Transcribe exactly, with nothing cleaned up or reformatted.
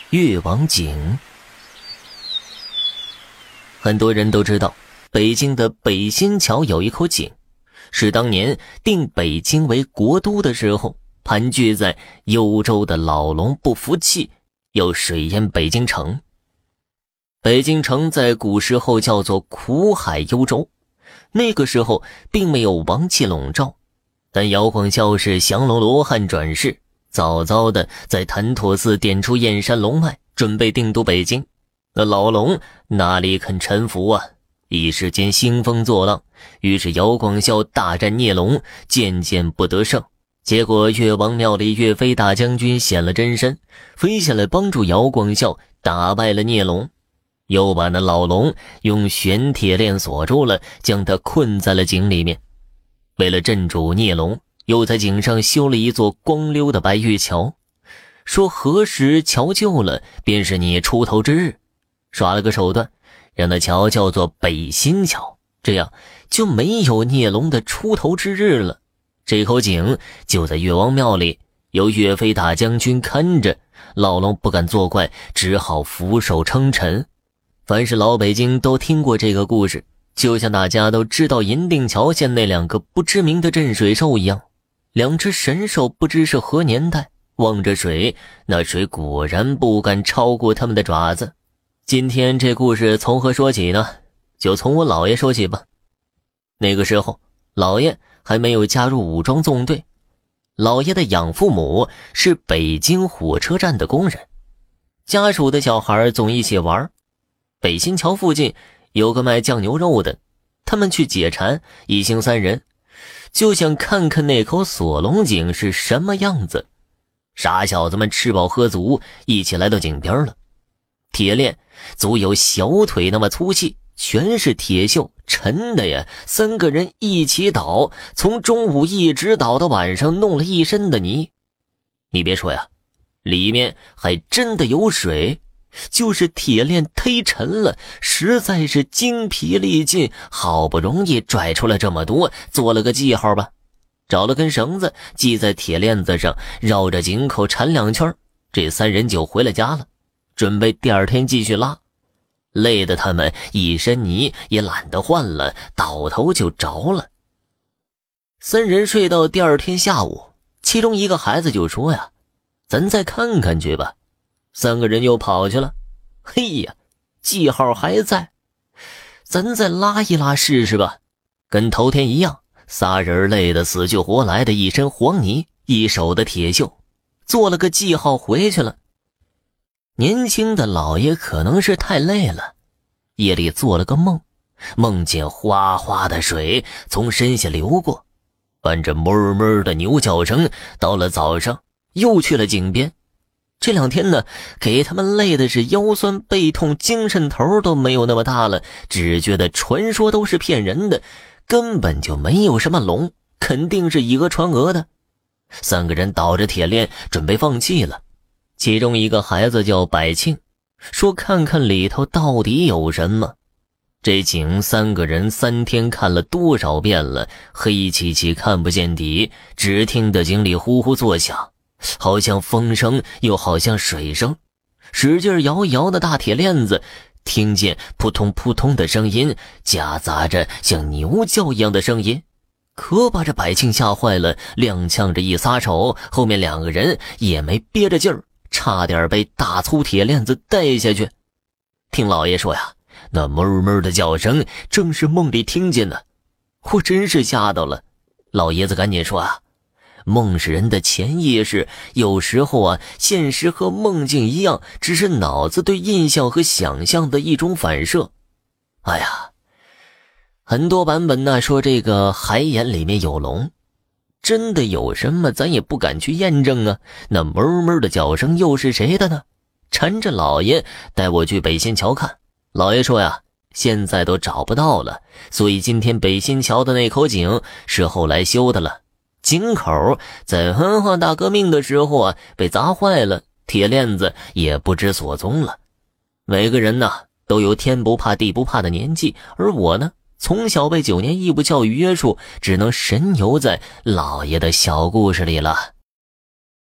越王井。很多人都知道，北京的北新桥有一口井，是当年定北京为国都的时候，盘踞在幽州的老龙不服气，又水淹北京城。北京城在古时候叫做苦海幽州，那个时候并没有王气笼罩，但姚广孝是降龙罗汉转世，早早的在潭柘寺点出燕山龙脉，准备定都北京。那老龙哪里肯臣服啊，一时间兴风作浪，于是姚广孝大战孽龙，渐渐不得胜。结果岳王庙里岳飞大将军显了真身，飞下来帮助姚广孝打败了孽龙，又把那老龙用玄铁链锁住了，将他困在了井里面。为了镇住孽龙，又在井上修了一座光溜的白玉桥，说何时桥旧了，便是你出头之日。耍了个手段，让那桥叫做北新桥，这样就没有孽龙的出头之日了。这口井就在岳王庙里，由岳飞大将军看着，老龙不敢作怪，只好俯首称臣。凡是老北京都听过这个故事，就像大家都知道银锭桥县那两个不知名的镇水兽一样，两只神兽不知是何年代，望着水，那水果然不敢超过他们的爪子。今天这故事从何说起呢？就从我姥爷说起吧。那个时候姥爷还没有加入武装纵队，姥爷的养父母是北京火车站的工人，家属的小孩总一起玩。北新桥附近有个卖酱牛肉的，他们去解馋，一行三人就想看看那口锁龙井是什么样子。傻小子们吃饱喝足，一起来到井边了。铁链足有小腿那么粗细，全是铁锈，沉的呀，三个人一起倒，从中午一直倒到晚上，弄了一身的泥。你别说呀，里面还真的有水，就是铁链忒沉了，实在是精疲力尽，好不容易拽出来这么多，做了个记号吧，找了根绳子系在铁链子上，绕着井口缠两圈，这三人就回了家了，准备第二天继续拉。累得他们一身泥也懒得换了，倒头就着了。三人睡到第二天下午，其中一个孩子就说呀，咱再看看去吧。三个人又跑去了。嘿呀，记号还在，咱再拉一拉试试吧。跟头天一样，仨人累得死去活来的，一身黄泥，一手的铁锈，做了个记号回去了。年轻的老爷可能是太累了，夜里做了个梦，梦见哗哗的水从身下流过，伴着哞哞的牛叫声。到了早上又去了井边，这两天呢，给他们累的是腰酸背痛，精神头都没有那么大了，只觉得传说都是骗人的，根本就没有什么龙，肯定是以讹传讹的。三个人倒着铁链准备放弃了。其中一个孩子叫百庆，说看看里头到底有什么。这井三个人三天看了多少遍了，黑漆漆看不见底，只听得井里呼呼作响，好像风声又好像水声，使劲摇一摇的大铁链子，听见扑通扑通的声音，夹杂着像牛叫一样的声音，可把这百庆吓坏了，踉跄着一撒手，后面两个人也没憋着劲儿，差点被大粗铁链子带下去。听老爷说呀，那哞哞的叫声正是梦里听见的，我真是吓到了。老爷子赶紧说啊，梦是人的潜意识，有时候啊，现实和梦境一样，只是脑子对印象和想象的一种反射。哎呀，很多版本呢说这个海眼里面有龙，真的有什么咱也不敢去验证啊。那哞哞的叫声又是谁的呢？缠着老爷带我去北新桥看，老爷说呀，现在都找不到了，所以今天北新桥的那口井是后来修的了。井口在文化大革命的时候啊被砸坏了，铁链子也不知所踪了。每个人呢都有天不怕地不怕的年纪，而我呢从小被九年义务教育约束，只能神游在老爷的小故事里了。